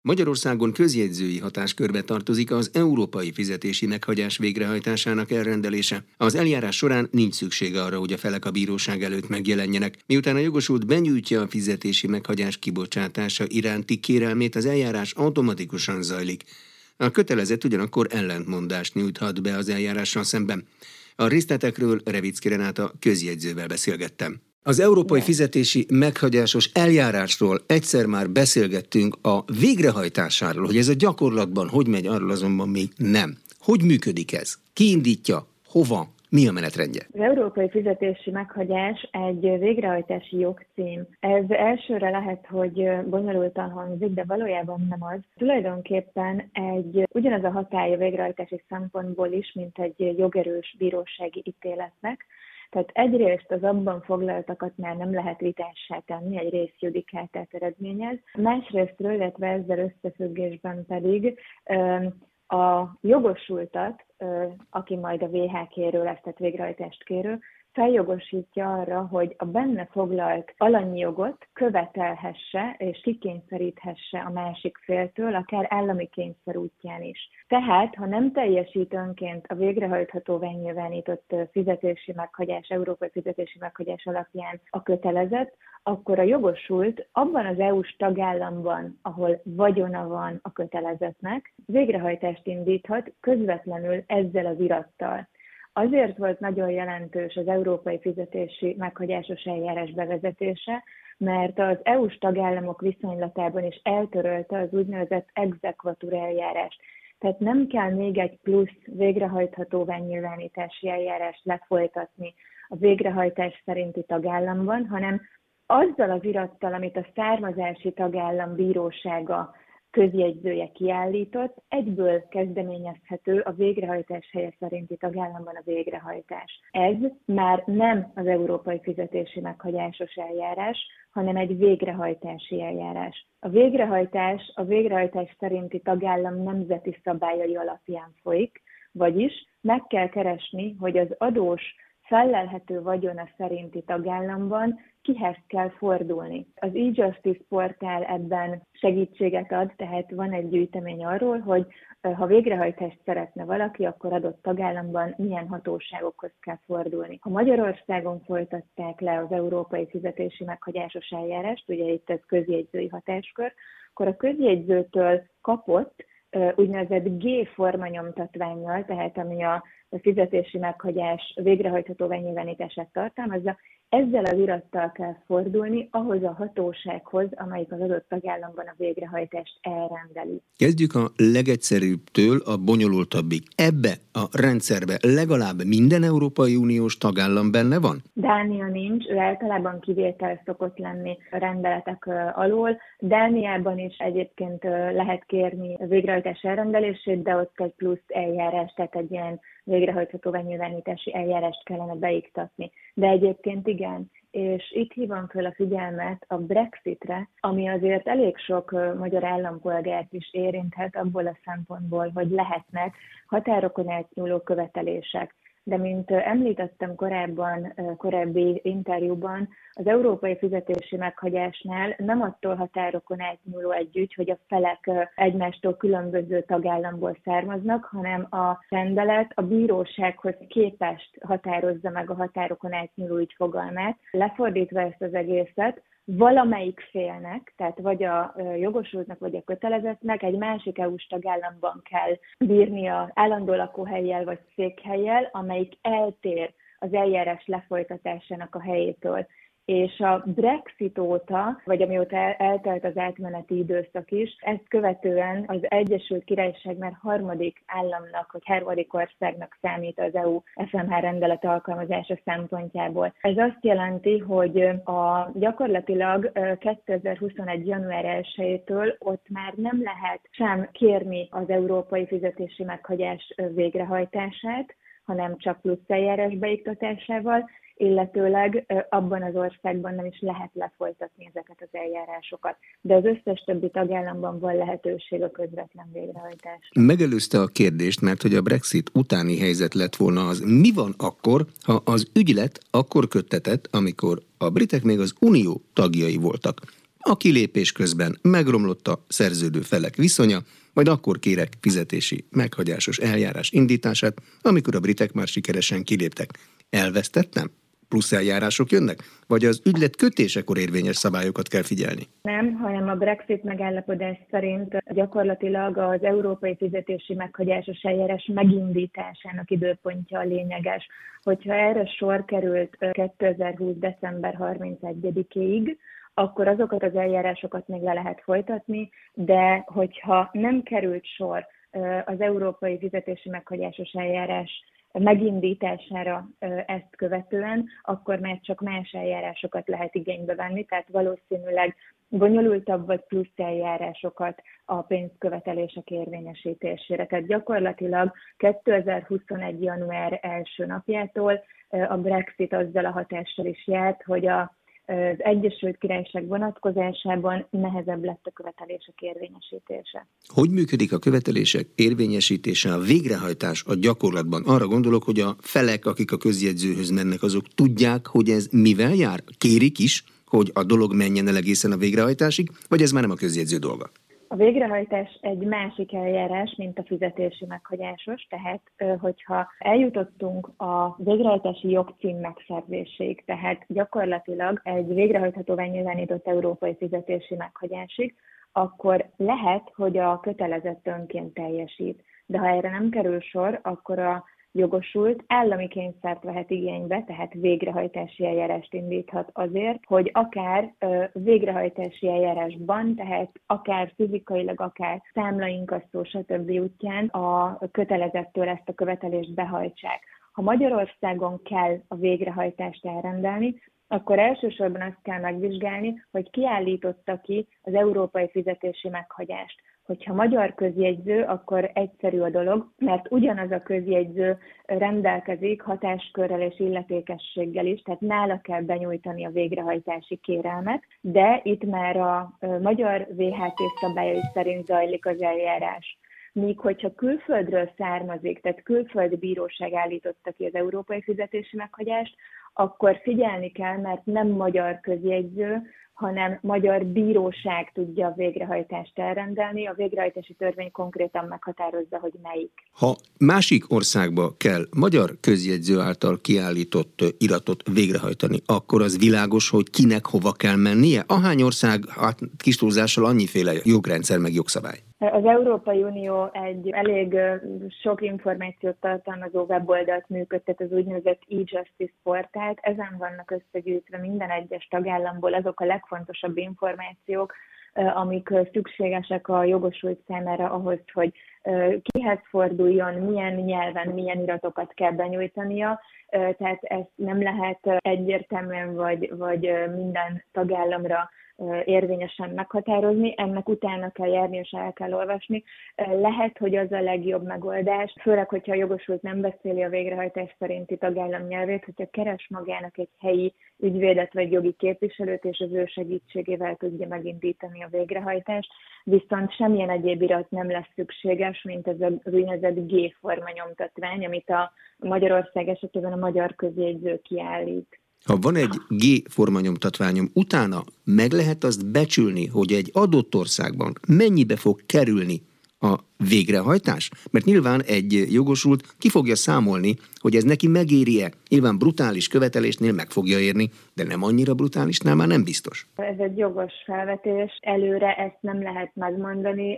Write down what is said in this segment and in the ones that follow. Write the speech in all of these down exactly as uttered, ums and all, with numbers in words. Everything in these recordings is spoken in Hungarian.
Magyarországon közjegyzői hatáskörbe tartozik az európai fizetési meghagyás végrehajtásának elrendelése. Az eljárás során nincs szüksége arra, hogy a felek a bíróság előtt megjelenjenek. Miután a jogosult benyújtja a fizetési meghagyás kibocsátása iránti kérelmét, az eljárás automatikusan zajlik. A kötelezett ugyanakkor ellentmondást nyújthat be az eljárással szemben. A részletekről Revicki Renáta közjegyzővel beszélgettem. Az európai fizetési meghagyásos eljárásról egyszer már beszélgettünk, a végrehajtásáról, hogy ez a gyakorlatban hogy megy, arról azonban még nem. Hogy működik ez? Ki indítja? Hova? Mi a menetrendje? Az európai fizetési meghagyás egy végrehajtási jogcím. Ez elsőre lehet, hogy bonyolultan hangzik, de valójában nem az. Tulajdonképpen egy ugyanaz a hatálya végrehajtási szempontból is, mint egy jogerős bírósági ítéletnek. Tehát egyrészt az abban foglaltakat már nem lehet vitássá tenni, egy részjudikátát eredményez. Másrésztről, illetve ezzel összefüggésben pedig a jogosultat, aki majd a vé há ká-ről ezt a végrehajtást kérő, feljogosítja arra, hogy a benne foglalt alanyi jogot követelhesse és kikényszeríthesse a másik féltől, akár állami kényszer útján is. Tehát, ha nem teljesít önként a végrehajthatóvá nyilvánított fizetési meghagyás, európai fizetési meghagyás alapján a kötelezett, akkor a jogosult abban az é u-s tagállamban, ahol vagyona van a kötelezettnek, végrehajtást indíthat közvetlenül ezzel az irattal. Azért volt nagyon jelentős az európai fizetési meghagyásos eljárás bevezetése, mert az é u-s tagállamok viszonylatában is eltörölte az úgynevezett exekvatúra eljárást. Tehát nem kell még egy plusz végrehajthatóvá nyilvánítási eljárást lefolytatni a végrehajtás szerinti tagállamban, hanem azzal az irattal, amit a származási tagállam bírósága közjegyzője kiállított, egyből kezdeményezhető a végrehajtás helye szerinti tagállamban a végrehajtás. Ez már nem az európai fizetési meghagyásos eljárás, hanem egy végrehajtási eljárás. A végrehajtás a végrehajtás szerinti tagállam nemzeti szabályai alapján folyik, vagyis meg kell keresni, hogy az adós fellelhető vagyona szerinti tagállamban kihez kell fordulni. Az e-Justice portál ebben segítséget ad, tehát van egy gyűjtemény arról, hogy ha végrehajtást szeretne valaki, akkor adott tagállamban milyen hatóságokhoz kell fordulni. Ha Magyarországon folytatták le az európai fizetési meghagyásos eljárást, ugye itt ez közjegyzői hatáskör, akkor a közjegyzőtől kapott úgynevezett G formanyomtatvánnyal, tehát ami a fizetési meghagyás végrehajthatóvá nyilvánítását tartalmazza, ezzel az irattal kell fordulni ahhoz a hatósághoz, amelyik az adott tagállamban a végrehajtást elrendeli. Kezdjük a legegyszerűbbtől a bonyolultabbig. Ebbe a rendszerbe legalább minden Európai Uniós tagállam benne van? Dánia nincs, ő általában kivétel szokott lenni a rendeletek alól. Dániában is egyébként lehet kérni a végrehajtás elrendelését, de ott egy plusz eljárás, tehát egy ilyen végrehajthatóvá nyilvánítási eljárást kellene beiktatni. De egyébként igen, és itt hívom föl a figyelmet a Brexitre, ami azért elég sok magyar állampolgárt is érinthet abból a szempontból, hogy lehetnek határokon átnyúló követelések. De mint említettem korábban, korábbi interjúban, az európai fizetési meghagyásnál nem attól határokon átnyúló egy ügy, hogy a felek egymástól különböző tagállamból származnak, hanem a rendelet a bírósághoz képest határozza meg a határokon átnyúló ügy fogalmát. Lefordítva ezt az egészet, valamelyik félnek, tehát vagy a jogosultnak, vagy a kötelezettnek egy másik é u-s tagállamban kell bírnia állandó lakóhellyel vagy székhellyel, amelyik eltér az eljárás lefolytatásának a helyétől. És a Brexit óta, vagy amióta eltelt az átmeneti időszak is, ezt követően az Egyesült Királyság már harmadik államnak, vagy harmadik országnak számít az é u ef em há rendelet alkalmazása szempontjából. Ez azt jelenti, hogy a gyakorlatilag kétezer-huszonegy. január elsejétől ott már nem lehet sem kérni az európai fizetési meghagyás végrehajtását, hanem csak plusz eljárás beiktatásával, illetőleg abban az országban nem is lehet lefolytatni ezeket az eljárásokat. De az összes többi tagállamban van lehetőség a közvetlen végrehajtásra. Megelőzte a kérdést, mert hogy a Brexit utáni helyzet lett volna az, mi van akkor, ha az ügylet akkor köttetett, amikor a britek még az unió tagjai voltak. A kilépés közben megromlott a szerződő felek viszonya, majd akkor kérek fizetési meghagyásos eljárás indítását, amikor a britek már sikeresen kiléptek. Elvesztettem? Plusz eljárások jönnek? Vagy az ügylet kötésekor érvényes szabályokat kell figyelni? Nem, hanem a Brexit megállapodás szerint gyakorlatilag az európai fizetési meghagyásos eljárás megindításának időpontja a lényeges. Hogyha erre sor került kétezer-húsz. december harmincegyedikéig, akkor azokat az eljárásokat még le lehet folytatni, de hogyha nem került sor az európai fizetési meghagyásos eljárás megindítására ezt követően, akkor már csak más eljárásokat lehet igénybe venni, tehát valószínűleg bonyolultabb vagy plusz eljárásokat a pénzkövetelések érvényesítésére. Tehát gyakorlatilag kétezer-huszonegy. január első napjától a Brexit azzal a hatással is járt, hogy a az Egyesült Királyság vonatkozásában nehezebb lett a követelések érvényesítése. Hogy működik a követelések érvényesítése, a végrehajtás a gyakorlatban? Arra gondolok, hogy a felek, akik a közjegyzőhöz mennek, azok tudják, hogy ez mivel jár? Kérik is, hogy a dolog menjen el egészen a végrehajtásig, vagy ez már nem a közjegyző dolga? A végrehajtás egy másik eljárás, mint a fizetési meghagyásos, tehát hogyha eljutottunk a végrehajtási jogcím megszerzéséig, tehát gyakorlatilag egy végrehajthatóvá nyilvánított európai fizetési meghagyásig, akkor lehet, hogy a kötelezett önként teljesít. De ha erre nem kerül sor, akkor a jogosult állami kényszert vehet igénybe, tehát végrehajtási eljárást indíthat azért, hogy akár ö, végrehajtási eljárásban, tehát akár fizikailag, akár számlainkasszó, stb. Útján a kötelezettől ezt a követelést behajtsák. Ha Magyarországon kell a végrehajtást elrendelni, akkor elsősorban azt kell megvizsgálni, hogy ki állította ki az európai fizetési meghagyást. Hogyha magyar közjegyző, akkor egyszerű a dolog, mert ugyanaz a közjegyző rendelkezik hatáskörrel és illetékességgel is, tehát nála kell benyújtani a végrehajtási kérelmet, de itt már a magyar vé há té szabályai szerint zajlik az eljárás. Míg hogyha külföldről származik, tehát külföldi bíróság állította ki az európai fizetési meghagyást, akkor figyelni kell, mert nem magyar közjegyző, hanem magyar bíróság tudja a végrehajtást elrendelni. A végrehajtási törvény konkrétan meghatározza, hogy melyik. Ha másik országba kell magyar közjegyző által kiállított iratot végrehajtani, akkor az világos, hogy kinek hova kell mennie? Ahány ország, hát kis túlzással annyiféle jogrendszer meg jogszabály? Az Európai Unió egy elég sok információt tartalmazó weboldalt működtet, az úgynevezett e-Justice portált. Ezen vannak összegyűjtve minden egyes tagállamból azok a legfontosabb információk, amik szükségesek a jogosult számára ahhoz, hogy kihez forduljon, milyen nyelven, milyen iratokat kell benyújtania. Tehát ezt nem lehet egyértelműen vagy, vagy minden tagállamra érvényesen meghatározni, ennek utána kell járni és el kell olvasni. Lehet, hogy az a legjobb megoldás, főleg, hogyha a jogosult nem beszéli a végrehajtás szerinti tagállam nyelvét, hogyha keres magának egy helyi ügyvédet vagy jogi képviselőt, és az ő segítségével tudja megindítani a végrehajtást, viszont semmilyen egyéb irat nem lesz szükséges, mint ez az úgynevezett G-forma nyomtatvány, amit a Magyarország esetében a magyar közjegyző kiállít. Ha van egy G-formanyomtatványom, utána meg lehet azt becsülni, hogy egy adott országban mennyibe fog kerülni a végrehajtás? Mert nyilván egy jogosult ki fogja számolni, hogy ez neki megéri-e. Nyilván brutális követelésnél meg fogja érni, de nem annyira brutálisnál már nem biztos. Ez egy jogos felvetés. Előre ezt nem lehet megmondani,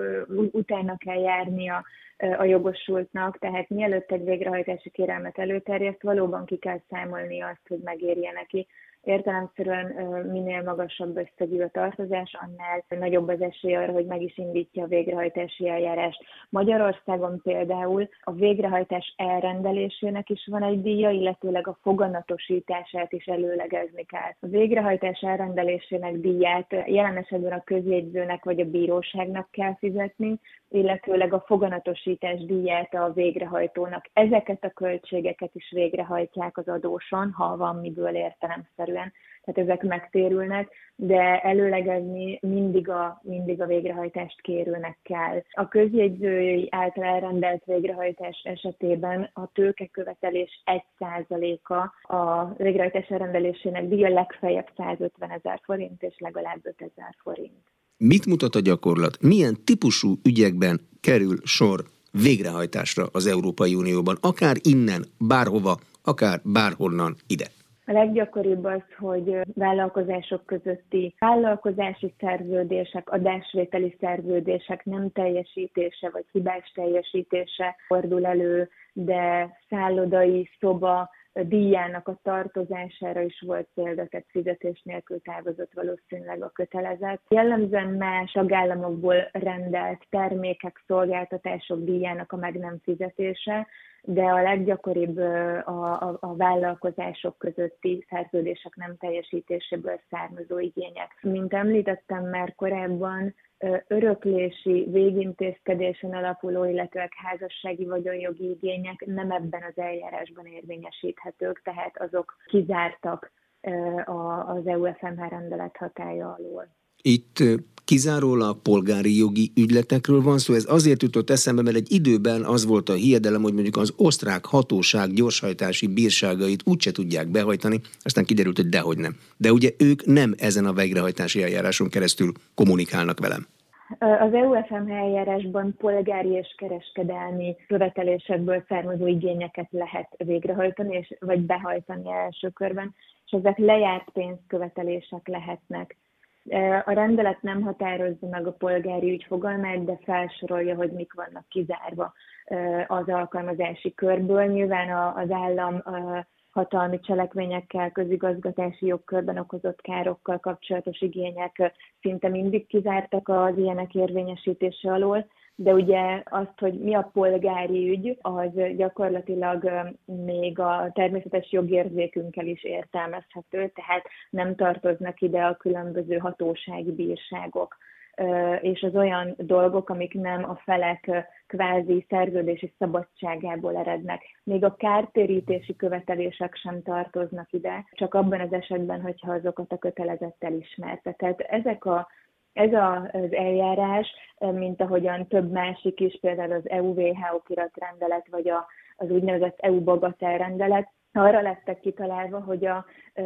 utána kell járnia a jogosultnak, tehát mielőtt egy végrehajtási kérelmet előterjeszt, valóban ki kell számolni azt, hogy megérje neki. Értelemszerűen minél magasabb összegű a tartozás, annál nagyobb az esély arra, hogy meg is indítja a végrehajtási eljárást. Magyarországon például a végrehajtás elrendelésének is van egy díja, illetőleg a foganatosítását is előlegezni kell. A végrehajtás elrendelésének díját jelen esetben a közjegyzőnek vagy a bíróságnak kell fizetni, illetőleg a foganatosítás díját a végrehajtónak. Ezeket a költségeket is végrehajtják az adóson, ha van miből értelemszerűen egyszerűen, tehát ezek megtérülnek, de előlegezni mindig a, mindig a végrehajtást kérőnek kell. A közjegyzői által elrendelt végrehajtás esetében a tőkekövetelés egy százaléka a végrehajtás elrendelésének díja legfeljebb százötven ezer forint és legalább ötezer forint. Mit mutat a gyakorlat? Milyen típusú ügyekben kerül sor végrehajtásra az Európai Unióban, akár innen, bárhova, akár bárhonnan ide? A leggyakoribb az, hogy vállalkozások közötti vállalkozási szerződések, adásvételi szerződések nem teljesítése vagy hibás teljesítése fordul elő, de szállodai szoba díjának a tartozására is volt példa, tehát fizetés nélkül távozott valószínűleg a kötelezett. Jellemzően más tagállamokból rendelt termékek, szolgáltatások díjának a meg nem fizetése, de a leggyakoribb a, a, a vállalkozások közötti szerződések nem teljesítéséből származó igények. Mint említettem már korábban, öröklési végintézkedésen alapuló, illetve házassági vagyonjogi igények nem ebben az eljárásban érvényesíthetők, tehát azok kizártak az E U F M H rendelet hatálya alól. Itt kizárólag polgári jogi ügyletekről van szó. Ez azért jutott eszembe, mert egy időben az volt a hiedelem, hogy mondjuk az osztrák hatóság gyorshajtási bírságait úgyse tudják behajtani, aztán kiderült, hogy dehogy nem. De ugye ők nem ezen a végrehajtási eljáráson keresztül kommunikálnak velem. Az E U F M H eljárásban polgári és kereskedelmi követelésekből származó igényeket lehet végrehajtani, és, vagy behajtani első körben, és ezek lejárt pénzkövetelések lehetnek. A rendelet nem határozza meg a polgári ügy fogalmát, de felsorolja, hogy mik vannak kizárva az alkalmazási körből. Nyilván az állam hatalmi cselekményekkel, közigazgatási jogkörben okozott károkkal kapcsolatos igények szinte mindig kizártak az ilyenek érvényesítése alól, de ugye azt, hogy mi a polgári ügy, az gyakorlatilag még a természetes jogérzékünkkel is értelmezhető, tehát nem tartoznak ide a különböző hatósági bírságok, és az olyan dolgok, amik nem a felek kvázi szerződési szabadságából erednek. Még a kártérítési követelések sem tartoznak ide, csak abban az esetben, hogyha azokat a kötelezett elismerte. Tehát ezek a Ez az eljárás, mint ahogyan több másik is, például az E U W H O kiratrendelet, vagy a, az úgynevezett E U Bagatell rendelet, arra lettek kitalálva, hogy a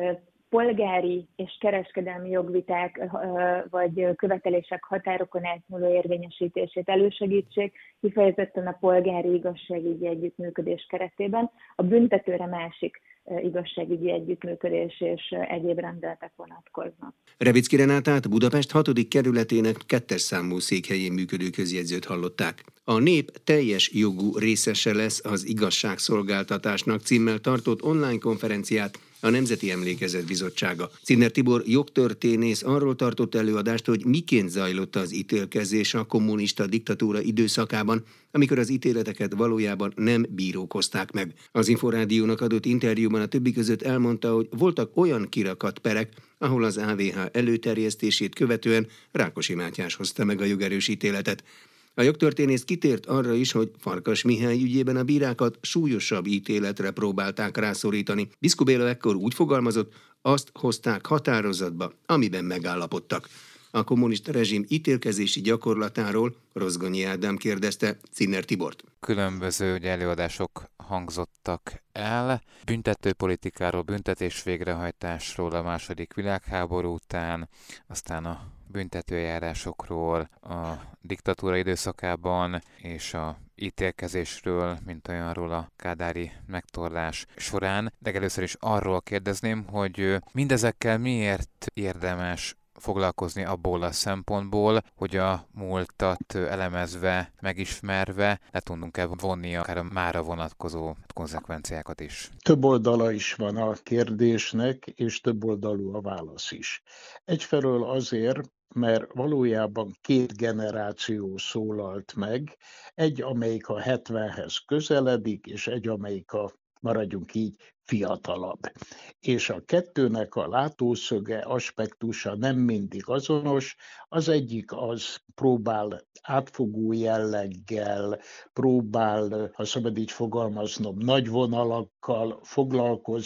polgári és kereskedelmi jogviták vagy követelések határokon átnyúló érvényesítését elősegítsék, kifejezetten a polgári igazságügyi együttműködés keretében. A büntetőre másik igazságügyi együttműködés és egyéb rendeletek vonatkoznak. Revicki Renátát, Budapest hatodik kerületének kettes számú székhelyén működő közjegyzőt hallották. A nép teljes jogú részese lesz az igazságszolgáltatásnak címmel tartott online konferenciát a Nemzeti Emlékezet Bizottsága. Czirner Tibor jogtörténész arról tartott előadást, hogy miként zajlott az ítélkezés a kommunista diktatúra időszakában, amikor az ítéleteket valójában nem bírók hozták meg. Az Inforádiónak adott interjúban a többi között elmondta, hogy voltak olyan kirakat perek, ahol az á vé há előterjesztését követően Rákosi Mátyás hozta meg a jogerős ítéletet. A jogtörténész kitért arra is, hogy Farkas Mihály ügyében a bírákat súlyosabb ítéletre próbálták rászorítani. Biszko Béla ekkor úgy fogalmazott, azt hozták határozatba, amiben megállapodtak. A kommunista rezsim ítélkezési gyakorlatáról Rozgonyi Ádám kérdezte Czirner Tibort. Különböző előadások hangzottak el, büntetőpolitikáról, büntetés végrehajtásról a második világháború után, aztán a büntetőeljárásokról a diktatúra időszakában és a ítélkezésről, mint olyanról a kádári megtorlás során. De először is arról kérdezném, hogy mindezekkel miért érdemes foglalkozni abból a szempontból, hogy a múltat elemezve, megismerve le tudunk-e vonni akár a mára vonatkozó konzekvenciákat is. Több oldala is van a kérdésnek, és több oldalú a válasz is. Egyfelől azért, mert valójában két generáció szólalt meg, egy, amelyik a hetvenhez közeledik, és egy, amelyik a, maradjunk így, fiatalabb. És a kettőnek a látószöge, aspektusa nem mindig azonos. Az egyik az próbál átfogó jelleggel, próbál, ha szabad így fogalmaznom, nagy vonalakkal foglalkozni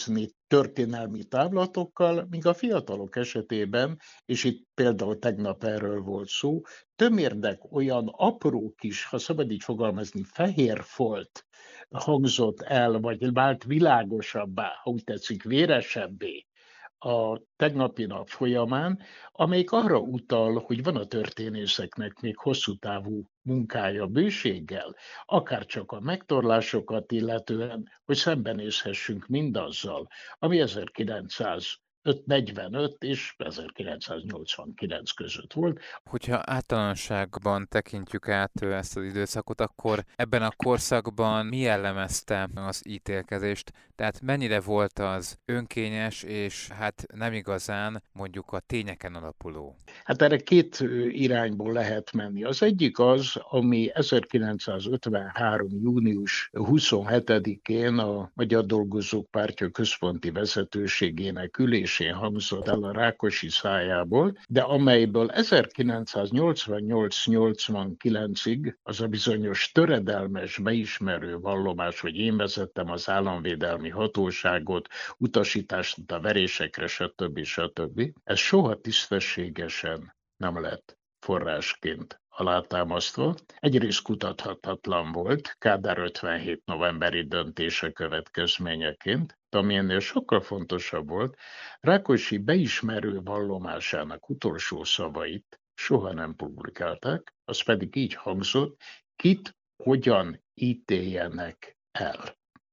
történelmi távlatokkal, míg a fiatalok esetében, és itt például tegnap erről volt szó, tömérdek olyan apró kis, ha szabad így fogalmazni, fehér folt hangzott el, vagy vált világosabbá, ha úgy tetszik, véresebbé a tegnapi nap folyamán, amelyik arra utal, hogy van a történészeknek még hosszú távú munkája bőséggel, akár csak a megtorlásokat illetően, hogy szembenézhessünk mindazzal, ami ezerkilencszáznegyvenöt és ezerkilencszáznyolcvankilenc között volt. Hogyha általánosságban tekintjük át ezt az időszakot, akkor ebben a korszakban mi jellemezte az ítélkezést? Tehát mennyire volt az önkényes, és hát nem igazán mondjuk a tényeken alapuló? Hát erre két irányból lehet menni. Az egyik az, ami ezerkilencszázötvenhárom. június huszonhetedikén a Magyar Dolgozók Pártja központi vezetőségének ülésén hangzott el a Rákosi szájából, de amelyből ezerkilencszáznyolcvannyolc nyolcvankilencig az a bizonyos töredelmes, beismerő vallomás, hogy én vezettem az államvédelmi hatóságot, utasítást a verésekre, stb. stb. Ez soha tisztességesen nem lett forrásként alátámasztva. Egyrészt kutathatatlan volt Kádár ötvenhét novemberi döntése következményeként, de ami ennél sokkal fontosabb volt, Rákosi beismerő vallomásának utolsó szavait soha nem publikálták, az pedig így hangzott, kit hogyan ítéljenek el.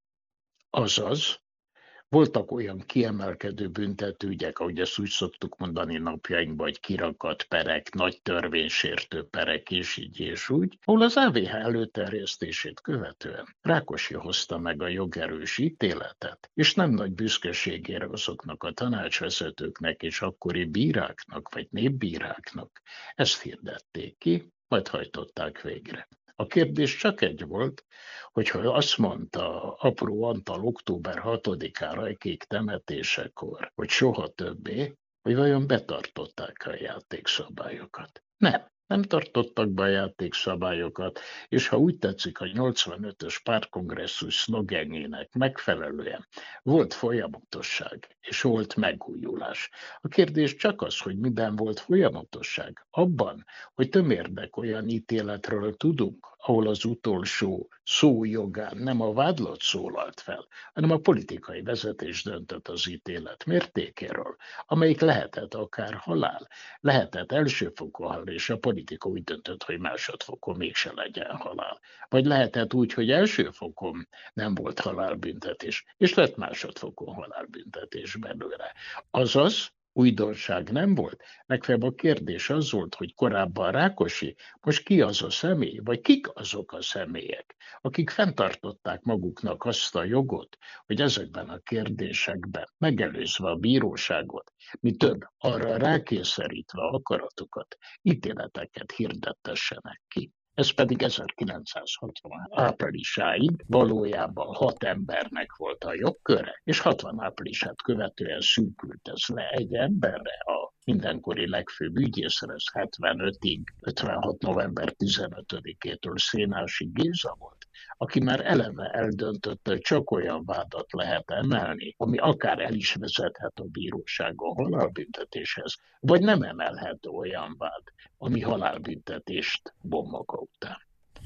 Azaz, voltak olyan kiemelkedő büntetőügyek, ahogy ezt úgy szoktuk mondani napjainkban, vagy kirakat perek, nagy törvénysértő perek, és így és úgy, ahol az á vé há előterjesztését követően Rákosi hozta meg a jogerős ítéletet, és nem nagy büszkeségére azoknak a tanácsvezetőknek és akkori bíráknak, vagy népbíráknak ezt hirdették ki, majd hajtották végre. A kérdés csak egy volt, hogyha azt mondta apró Antal október hatodikán Rajkék temetésekor, hogy soha többé, hogy vajon betartották a játékszabályokat. Nem. Nem tartottak be a játékszabályokat, és ha úgy tetszik, a nyolcvanötös pártkongresszus szlogenjének megfelelően volt folyamatosság, és volt megújulás. A kérdés csak az, hogy miben volt folyamatosság. Abban, hogy tömérdek olyan ítéletről tudunk, ahol az utolsó szó jogán nem a vádlott szólalt fel, hanem a politikai vezetés döntött az ítélet mértékéről, amelyik lehetett akár halál, lehetett elsőfokú halál, és a politika úgy döntött, hogy másodfokon mégse legyen halál. Vagy lehetett úgy, hogy első fokon nem volt halálbüntetés, és lett másodfokon halálbüntetés belőle. Azaz, újdonság nem volt. Legfeljebb a kérdés az volt, hogy korábban Rákosi, most ki az a személy, vagy kik azok a személyek, akik fenntartották maguknak azt a jogot, hogy ezekben a kérdésekben, megelőzve a bíróságot, mi több, arra rákényszerítve akaratukat, ítéleteket hirdettessenek ki. Ez pedig ezerkilencszázhatvan áprilisáig valójában hat embernek volt a jogköre, és hatvan áprilisát követően szűkült ez le egy emberre, a mindenkori legfőbb ügyészre, ez hetvenötig, ötvenhat november tizenötödikétől Szénási Géza volt, aki már eleve eldöntötte, hogy csak olyan vádat lehet emelni, ami akár el is vezethet a bíróságon halálbüntetéshez, vagy nem emelhet olyan vád, ami halálbüntetést von maga után.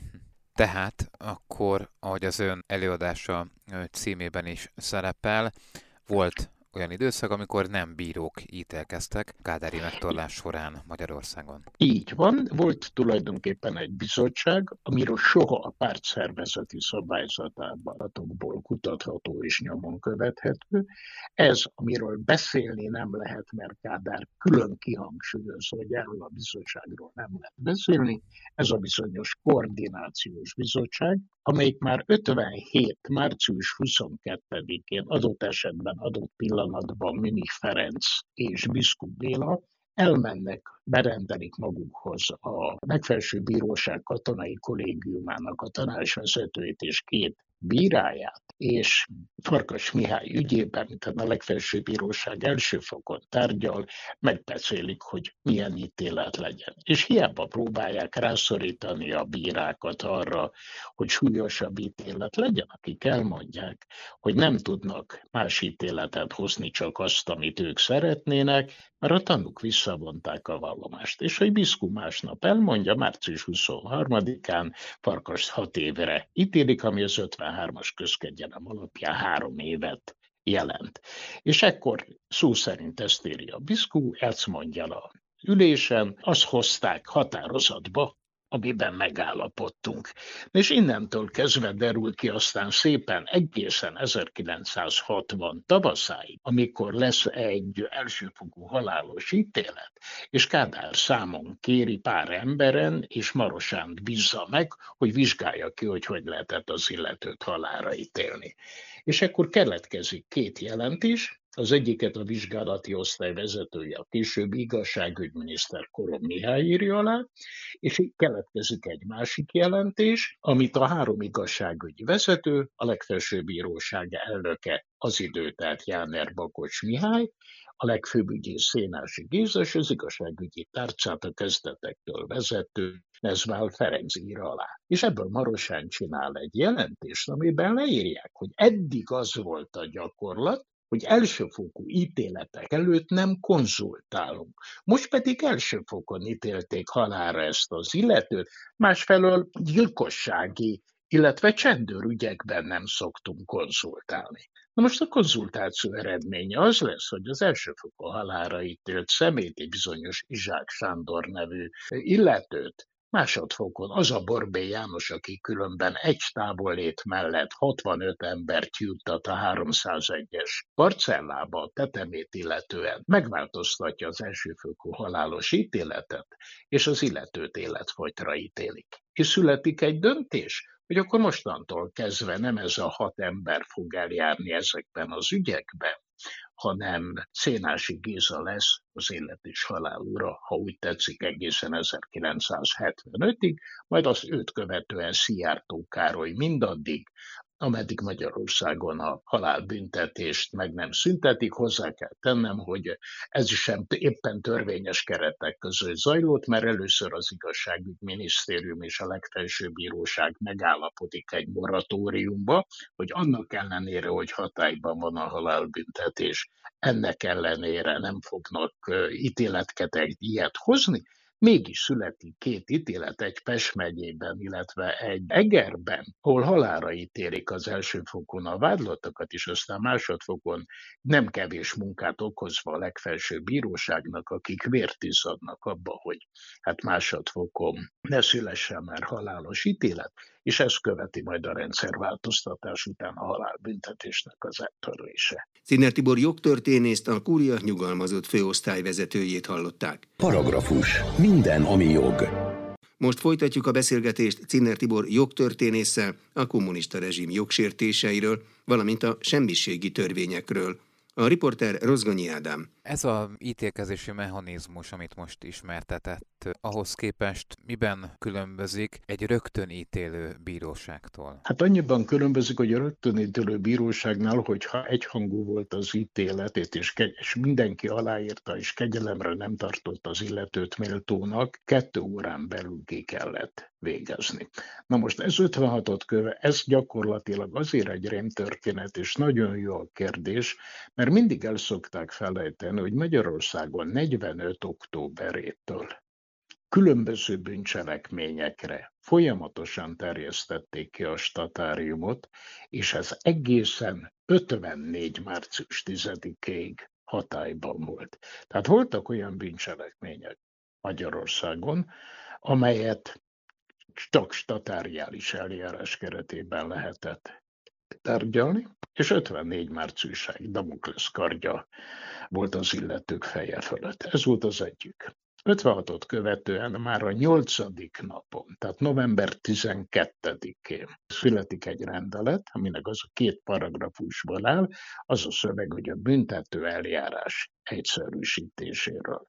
Tehát akkor, ahogy az ön előadása címében is szerepel, volt olyan időszak, amikor nem bírók ítélkeztek kádári megtorlás során Magyarországon. Így van, volt tulajdonképpen egy bizottság, amiről soha a párt szervezeti szabályzatában kutatható és nyomon követhető. Ez, amiről beszélni nem lehet, mert Kádár külön kihangsúlyozza, hogy erről a bizottságról nem lehet beszélni, ez a bizonyos koordinációs bizottság, amelyik már ötvenhét. március huszonkettedikén adott esetben, adott pillanatban Münich Ferenc és Biskup Béla elmennek, berendelik magukhoz a legfelsőbb bíróság katonai kollégiumának a tanácsvezetőjét és két bíráját, és Farkas Mihály ügyében, tehát a legfelsőbb bíróság első fokon tárgyal, megbeszélik, hogy milyen ítélet legyen. És hiába próbálják rászorítani a bírákat arra, hogy súlyosabb ítélet legyen, akik elmondják, hogy nem tudnak más ítéletet hozni, csak azt, amit ők szeretnének, mert a tanúk visszavonták a vallomást. És hogy Biszku másnap elmondja, március huszonharmadikán Farkast hat évre ítélik, ami az ötvenhármas közkegyelem alapján három évet jelent. És ekkor szó szerint ezt írja Biszku, ezt mondja a ülésen, azt hozták határozatba, amiben megállapodtunk. És innentől kezdve derül ki aztán szépen egészen ezerkilencszázhatvan tavaszáig, amikor lesz egy elsőfokú halálos ítélet, és Kádár számon kéri pár emberen, és Marosánt bízza meg, hogy vizsgálja ki, hogy hogy lehetett az illetőt halálra ítélni. És akkor keletkezik két jelentés, az egyiket a vizsgálati osztály vezetője, a későbbi igazságügyminiszter Korom Mihály írja alá, és így keletkezik egy másik jelentés, amit a három igazságügyi vezető, a legfelsőbb bíróság elnöke az idő, tehát Jáner Bakocs Mihály, a legfőbb ügyész Szénási Géza, és az igazságügyi tárcát a kezdetektől vezető Nezvál Ferenc ír alá. És ebből Marosán csinál egy jelentést, amiben leírják, hogy eddig az volt a gyakorlat, hogy elsőfokú ítéletek előtt nem konzultálunk. Most pedig elsőfokon ítélték halálra ezt az illetőt, másfelől gyilkossági, illetve csendőrügyekben nem szoktunk konzultálni. Na most a konzultáció eredménye az lesz, hogy az elsőfokú halálra ítélt szemét, egy bizonyos Izsák Sándor nevű illetőt, másodfokon az a Borbély János, aki különben egy távollét mellett hatvanöt embert juttat a háromszázegyes parcellába a tetemét illetően, megváltoztatja az elsőfokú halálos ítéletet, és az illetőt életfogytra ítélik. És születik egy döntés, hogy akkor mostantól kezdve nem ez a hat ember fog eljárni ezekben az ügyekben, hanem Szénási Géza lesz az élet és halál ura, ha úgy tetszik, egészen ezerkilencszázhetvenötig, majd az őt követően Szijjártó Károly mindaddig, ameddig Magyarországon a halálbüntetést meg nem szüntetik. Hozzá kell tennem, hogy ez sem éppen törvényes keretek között zajlott, mert először az igazságügyminisztérium és a legfelsőbb bíróság megállapodik egy moratóriumba, hogy annak ellenére, hogy hatályban van a halálbüntetés, ennek ellenére nem fognak ítéleteket ilyet hozni. Mégis születik két ítélet, egy Pest megyében, illetve egy Egerben, ahol halálra ítélik az első fokon a vádlottakat, és aztán másodfokon nem kevés munkát okozva a legfelsőbb bíróságnak, akik vért izzadnak abba, hogy hát másodfokon ne szülessen már halálos ítélet, és ezt követi majd a rendszerváltoztatás után a halálbüntetésnek az eltörlése. Színer Tibor jogtörténészt, a Kúria nyugalmazott főosztályvezetőjét hallották. Paragrafus. Minden, ami jog. Most folytatjuk a beszélgetést Színer Tibor jogtörténésszel a kommunista rezsim jogsértéseiről, valamint a semmiségi törvényekről. A riporter Rozgonyi Ádám. Ez a ítélkezési mechanizmus, amit most ismertetett, ahhoz képest miben különbözik egy rögtön ítélő bíróságtól? Hát annyiban különbözik, hogy a rögtön ítélő bíróságnál, hogyha egyhangú volt az ítéletét, és, és mindenki aláírta, és kegyelemre nem tartott az illetőt méltónak, kettő órán belül ki kellett végezni. Na most ez ötvenhatot köve, ez gyakorlatilag azért egy rémtörténet, és nagyon jó a kérdés, mert mindig el szokták felejteni, hogy Magyarországon negyvenöt októberétől különböző bűncselekményekre folyamatosan terjesztették ki a statáriumot, és ez egészen ötvennégy március tizedikéig hatályban volt. Tehát voltak olyan bűncselekmények Magyarországon, amelyet csak statáriális eljárás keretében lehetett tárgyalni, és ötvennégy márciusáig Damoklesz kardja volt az illetők feje fölött. Ez volt az egyik. ötvenhatot követően már a nyolcadik napon, tehát november tizenkettedikén születik egy rendelet, aminek az a két paragrafusból áll, az a szöveg, hogy a büntető eljárás egyszerűsítéséről.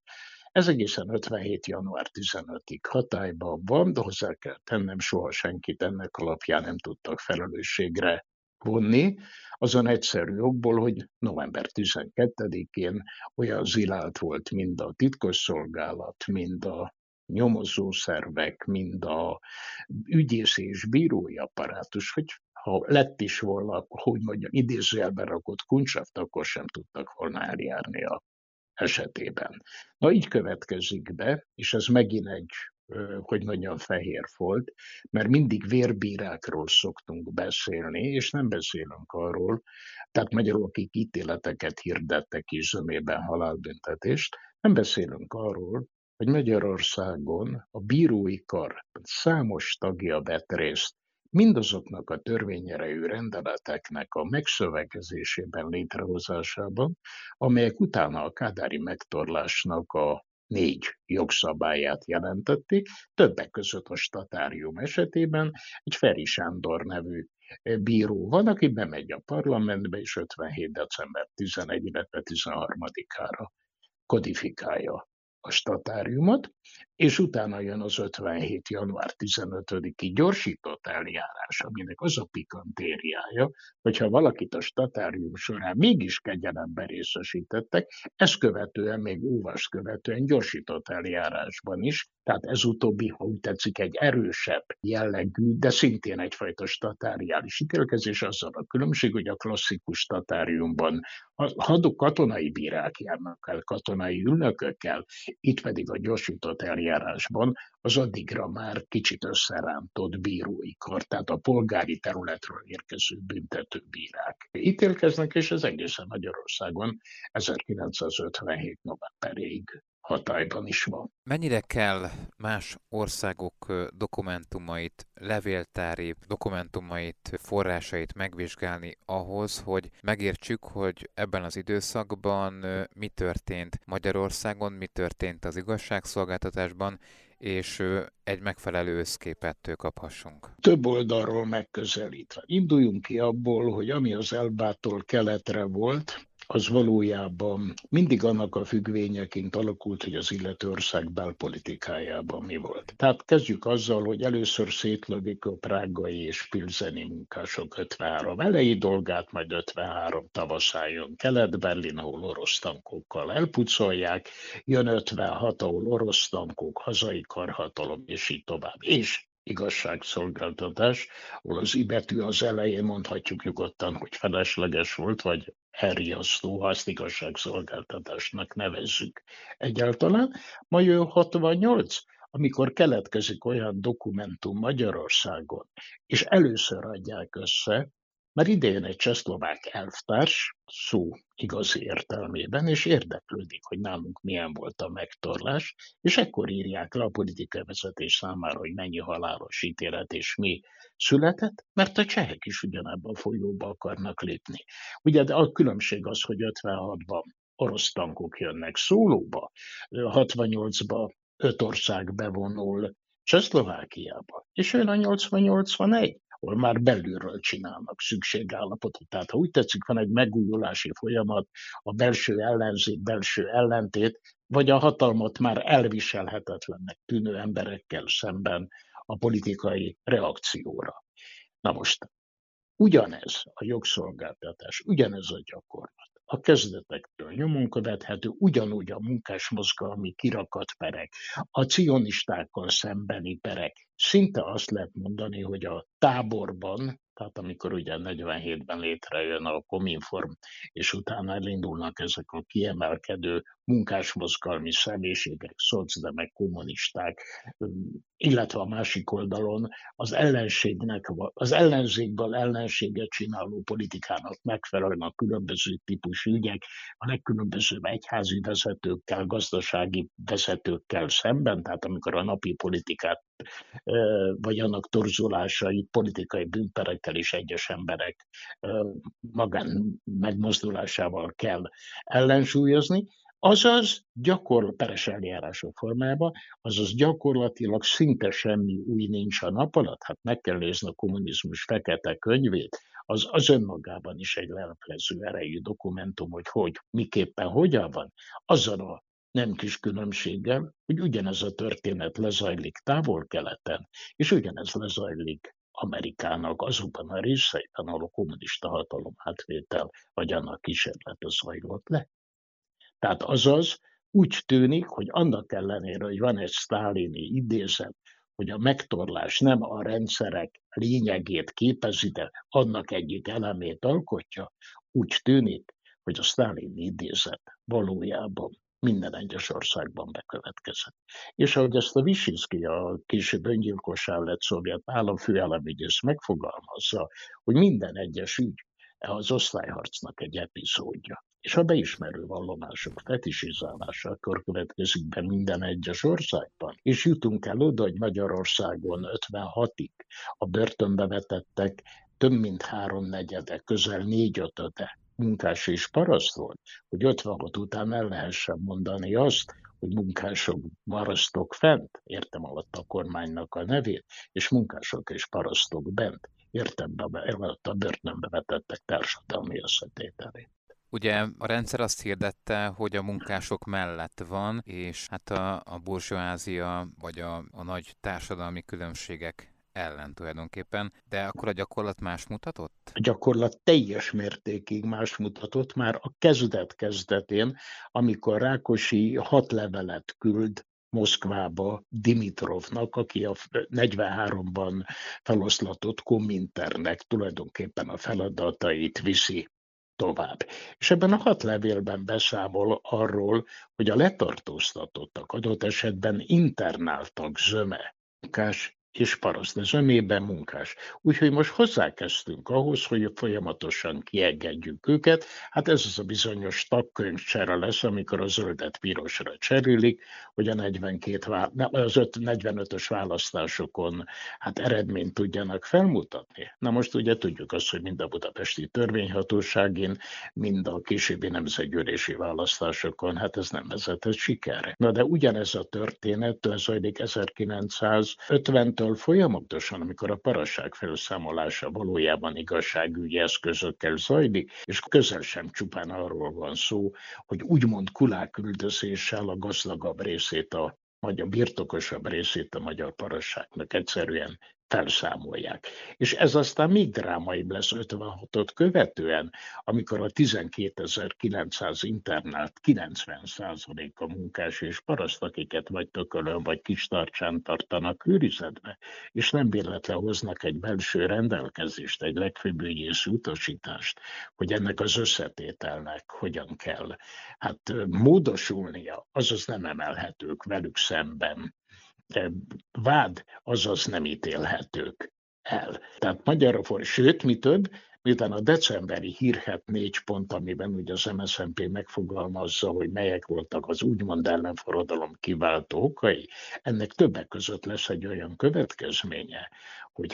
Ez egészen ötvenhét. január tizenötödikéig hatályban van, de hozzá kell tennem, soha senkit ennek alapján nem tudtak felelősségre vonni, azon egyszerű okból, hogy november tizenkettedikén olyan zilált volt mind a titkosszolgálat, mind a nyomozószervek, mind a ügyészi és bírói apparátus, hogy ha lett is volna, hogy mondjam, idézőjelben rakott kuncsaft, akkor sem tudtak volna eljárni a esetében. Na így következik be, és ez megint egy, hogy mondjam, fehér folt, mert mindig vérbírákról szoktunk beszélni, és nem beszélünk arról, tehát magyarul, akik ítéleteket hirdettek és zömében halálbüntetést, nem beszélünk arról, hogy Magyarországon a bírói kar számos tagja vett részt mindazoknak a törvényerejű rendeleteknek a megszövegezésében, létrehozásában, amelyek utána a kádári megtorlásnak a négy jogszabályát jelentették, többek között a statárium esetében egy Feri Sándor nevű bíró van, aki bemegy a parlamentbe, és ötvenhét. december tizenegyedike, illetve tizenharmadikára kodifikálja a statáriumot, és utána jön az ötvenhét. január tizenötödiki gyorsított eljárás, aminek az a pikantériája, hogyha valakit a statárium során mégis kegyelemben részesítettek, ezt követően, még óvast követően gyorsított eljárásban is, tehát ez utóbbi, ha úgy tetszik, egy erősebb jellegű, de szintén egyfajta statáriális ítélkezés, azzal a különbség, hogy a klasszikus statáriumban hadok katonai bírák járnak el, katonai ülnökökkel, itt pedig a gyorsított eljárásban az addigra már kicsit összerántott bírói kar, tehát a polgári területről érkező büntetőbírák ítélkeznek, és ez egészen Magyarországon ezerkilencszázötvenhét. novemberéig hatályban is van. Mennyire kell más országok dokumentumait, levéltári dokumentumait, forrásait megvizsgálni ahhoz, hogy megértsük, hogy ebben az időszakban mi történt Magyarországon, mi történt az igazságszolgáltatásban, és egy megfelelő összképet kaphassunk? Több oldalról megközelítve. Induljunk ki abból, hogy ami az Elbától keletre volt, az valójában mindig annak a függvényeként alakult, hogy az illető ország belpolitikájában mi volt. Tehát kezdjük azzal, hogy először szétlövik a prágai és pilzeni munkások ötvenhárom elejé dolgát, majd ötvenhárom tavaszán jön Kelet-Berlin, ahol orosz tankokkal elpucolják, jön ötvenhat, ahol orosz tankok, hazai karhatalom, és így tovább. És igazságszolgáltatás, ahol az I betű az elején mondhatjuk nyugodtan, hogy felesleges volt, vagy elriasztó, ha ezt igazságszolgáltatásnak nevezzük egyáltalán. Ma jön hatvannyolc, amikor keletkezik olyan dokumentum Magyarországon, és először adják össze, mert idején egy csehszlovák elvtárs, szó igazi értelmében, és érdeklődik, hogy nálunk milyen volt a megtorlás, és ekkor írják le a politikai vezetés számára, hogy mennyi halálos ítélet és mi született, mert a csehek is ugyanebben a folyóba akarnak lépni. Ugye de a különbség az, hogy ötvenhatban orosz tankok jönnek szólóba, hatvannyolcban öt ország bevonul Csehszlovákiába, és jön a nyolcvan-nyolcvanegy, ahol már belülről csinálnak szükségállapotot. Tehát ha úgy tetszik, van egy megújulási folyamat, a belső ellenzék, belső ellentét, vagy a hatalmat már elviselhetetlennek tűnő emberekkel szemben a politikai reakcióra. Na most, ugyanez a jogszolgáltatás, ugyanez a gyakorlat. A kezdetektől nyomon követhető, ugyanúgy a munkásmozgalmi kirakatperek, a cionistákkal szembeni perek. Szinte azt lehet mondani, hogy a táborban, tehát amikor ugye negyvenhétben létrejön a Kominform, és utána elindulnak ezek a kiemelkedő munkásmozgalmi személyiségek, szocdemek, kommunisták, illetve a másik oldalon az ellenségnek, az ellenzékből ellenséget csináló politikának megfelelően a különböző típusú ügyek, a legkülönbözőbb egyházi vezetőkkel, gazdasági vezetőkkel szemben, tehát amikor a napi politikát vagy annak torzulásait politikai bűnperekkel is egyes emberek magán megmozdulásával kell ellensúlyozni, azaz gyakorlatilag peres eljárások formában, azaz gyakorlatilag szinte semmi új nincs a nap alatt, hát meg kell nézni a kommunizmus fekete könyvét, az, az önmagában is egy leleplező erejű dokumentum, hogy hogy, miképpen, hogyan van. Azzal a Nem kis különbséggel, hogy ugyanez a történet lezajlik Távol-Keleten, és ugyanez lezajlik Amerikának azokban a részeiben, ahol a kommunista hatalom átvétel vagy annak kísérlete zajlott le. Tehát azaz úgy tűnik, hogy annak ellenére, hogy van egy sztálini idézet, hogy a megtorlás nem a rendszerek lényegét képezi, de annak egyik elemét alkotja, úgy tűnik, hogy a sztálini idézet valójában minden egyes országban bekövetkezett. És ahogy ezt a Visinszky, a később öngyilkossá lett szovjet államfőállamügyész megfogalmazza, hogy minden egyes ügy az osztályharcnak egy epizódja. És a beismerő vallomások fetisizálása akkor következik be minden egyes országban. És jutunk el oda, hogy Magyarországon ötvenhatig a börtönbe vetettek több mint háromnegyede, közel négyötöde munkás és paraszt volt, hogy ötvenhat után el lehessen mondani azt, hogy munkások, parasztok fent, értem alatt a kormánynak a nevét, és munkások és parasztok bent, értem alatt a börtönbe vetettek társadalmi összetételét. Ugye a rendszer azt hirdette, hogy a munkások mellett van, és hát a, a burzsóázia vagy a, a nagy társadalmi különbségek ellen tulajdonképpen, de akkor a gyakorlat más mutatott? A gyakorlat teljes mértékig más mutatott már a kezdet-kezdetén, amikor Rákosi hat levelet küld Moszkvába Dimitrovnak, aki a negyvenháromban feloszlatott Kominternek tulajdonképpen a feladatait viszi tovább. És ebben a hat levélben beszámol arról, hogy a letartóztatottak adott esetben internáltak zöme, munkás és paraszt, de zömében munkás. Úgyhogy most hozzákezdtünk ahhoz, hogy folyamatosan kiengedjük őket. Hát ez az a bizonyos tagkönyvcsere lesz, amikor a zöldet pirosra cserélik, hogy a negyvenkét, az negyvenötös választásokon hát eredményt tudjanak felmutatni. Na most ugye tudjuk azt, hogy mind a budapesti törvényhatóságén, mind a későbbi nemzetgyűlési választásokon, hát ez nem vezetett sikerre. Na de ugyanez a történet zajlik ezerkilencszázötventől folyamatosan, amikor a parasság felszámolása valójában igazságügyi eszközökkel zajlik, és közel sem csupán arról van szó, hogy úgymond kuláküldözéssel a gazdagabb részét, a magyar birtokosabb részét a magyar parasságnak egyszerűen felszámolják. És ez aztán még drámaibb lesz ötvenhatot követően, amikor a tizenkétezer-kilencszáz internált kilencven százaléka munkás és paraszt, akiket vagy Tökölön vagy Kistarcsán tartanak őrizetbe, és nem véletlen hoznak egy belső rendelkezést, egy legfőbb ügyész utasítást, hogy ennek az összetételnek hogyan kell hát módosulnia, azaz nem emelhetők velük szemben vád, azaz nem ítélhetők el. Tehát magyarul, sőt, mi több, miután a decemberi hírhet négy pont, amiben ugye az em es zé en pé megfogalmazza, hogy melyek voltak az úgymond ellenforradalom kiváltó okai, ennek többek között lesz egy olyan következménye, hogy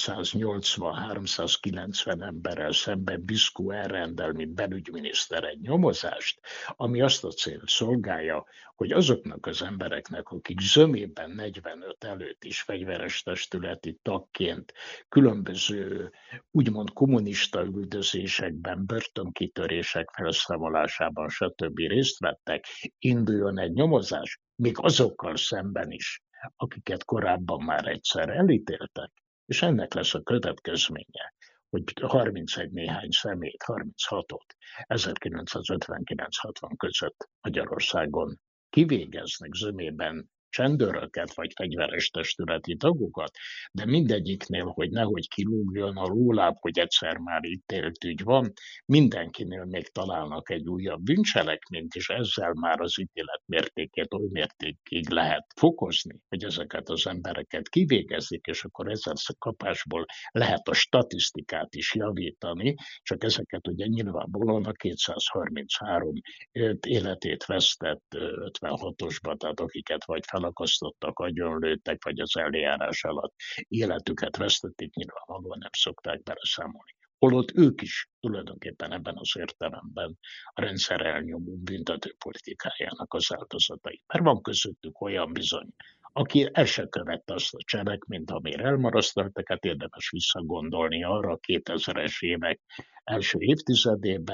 háromszáznyolcvan-háromszázkilencven emberrel szemben Biszkó elrendel, mint belügyminiszter egy nyomozást, ami azt a célt szolgálja, hogy azoknak az embereknek, akik zömében negyvenöt előtt is fegyveres testületi tagként különböző úgymond kommunista üldözésekben, börtönkitörések felszámolásában, stb. Részt vettek, induljon egy nyomozás, még azokkal szemben is, akiket korábban már egyszer elítéltek, és ennek lesz a következménye, hogy harmincegy néhány személyt, harminchatot ezerkilencszázötvenkilenc-hatvan között Magyarországon kivégeznek zömében csendőröket vagy fegyveres testületi tagokat, de mindegyiknél, hogy nehogy kilúgjon a lóláb, hogy egyszer már ítélt ügy van, mindenkinél még találnak egy újabb bűncselekményt, és ezzel már az ítélet mértékét oly mértékig lehet fokozni, hogy ezeket az embereket kivégezik, és akkor ezzel a kapásból lehet a statisztikát is javítani, csak ezeket ugye nyilvánvalóan a kétszázharminchárom életét vesztett ötvenhatosban, tehát akiket vagy felakasztottak, agyonlőttek, vagy az eljárás alatt életüket vesztették, nyilvánvalóan nem szokták beleszámolni. Holott ők is tulajdonképpen ebben az értelemben a rendszer elnyomó büntető politikájának az áldozatai. Mert van közöttük olyan bizony, aki el se követte azt a cselekményt, amire elmarasztaltak, hát érdemes visszagondolni arra a kétezres évek első évtizedében,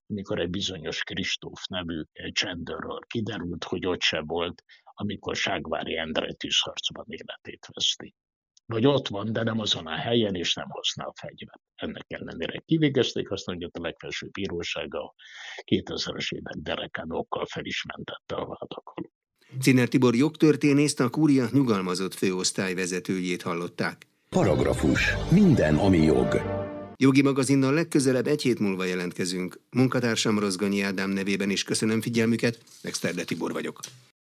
amikor egy bizonyos Kristóf nevű csendőrről kiderült, hogy ott se volt, amikor Ságvári Endre tűzharcban életét veszti. Vagy ott van, de nem azon a helyen, és nem használ fegyvert. Ennek ellenére kivégezték, azt mondja, a legfelsőbb bíróság a kétezres évek derekán okkal fel is mentette a vádakat. Cziner Tibor jogtörténészt, a Kúria nyugalmazott főosztály vezetőjét hallották. Paragrafus. Minden, ami jog. Jogi magazinnal legközelebb egy hét múlva jelentkezünk. Munkatársam Rozgonyi Ádám nevében is köszönöm figyelmüket, Exterde Tibor vagyok.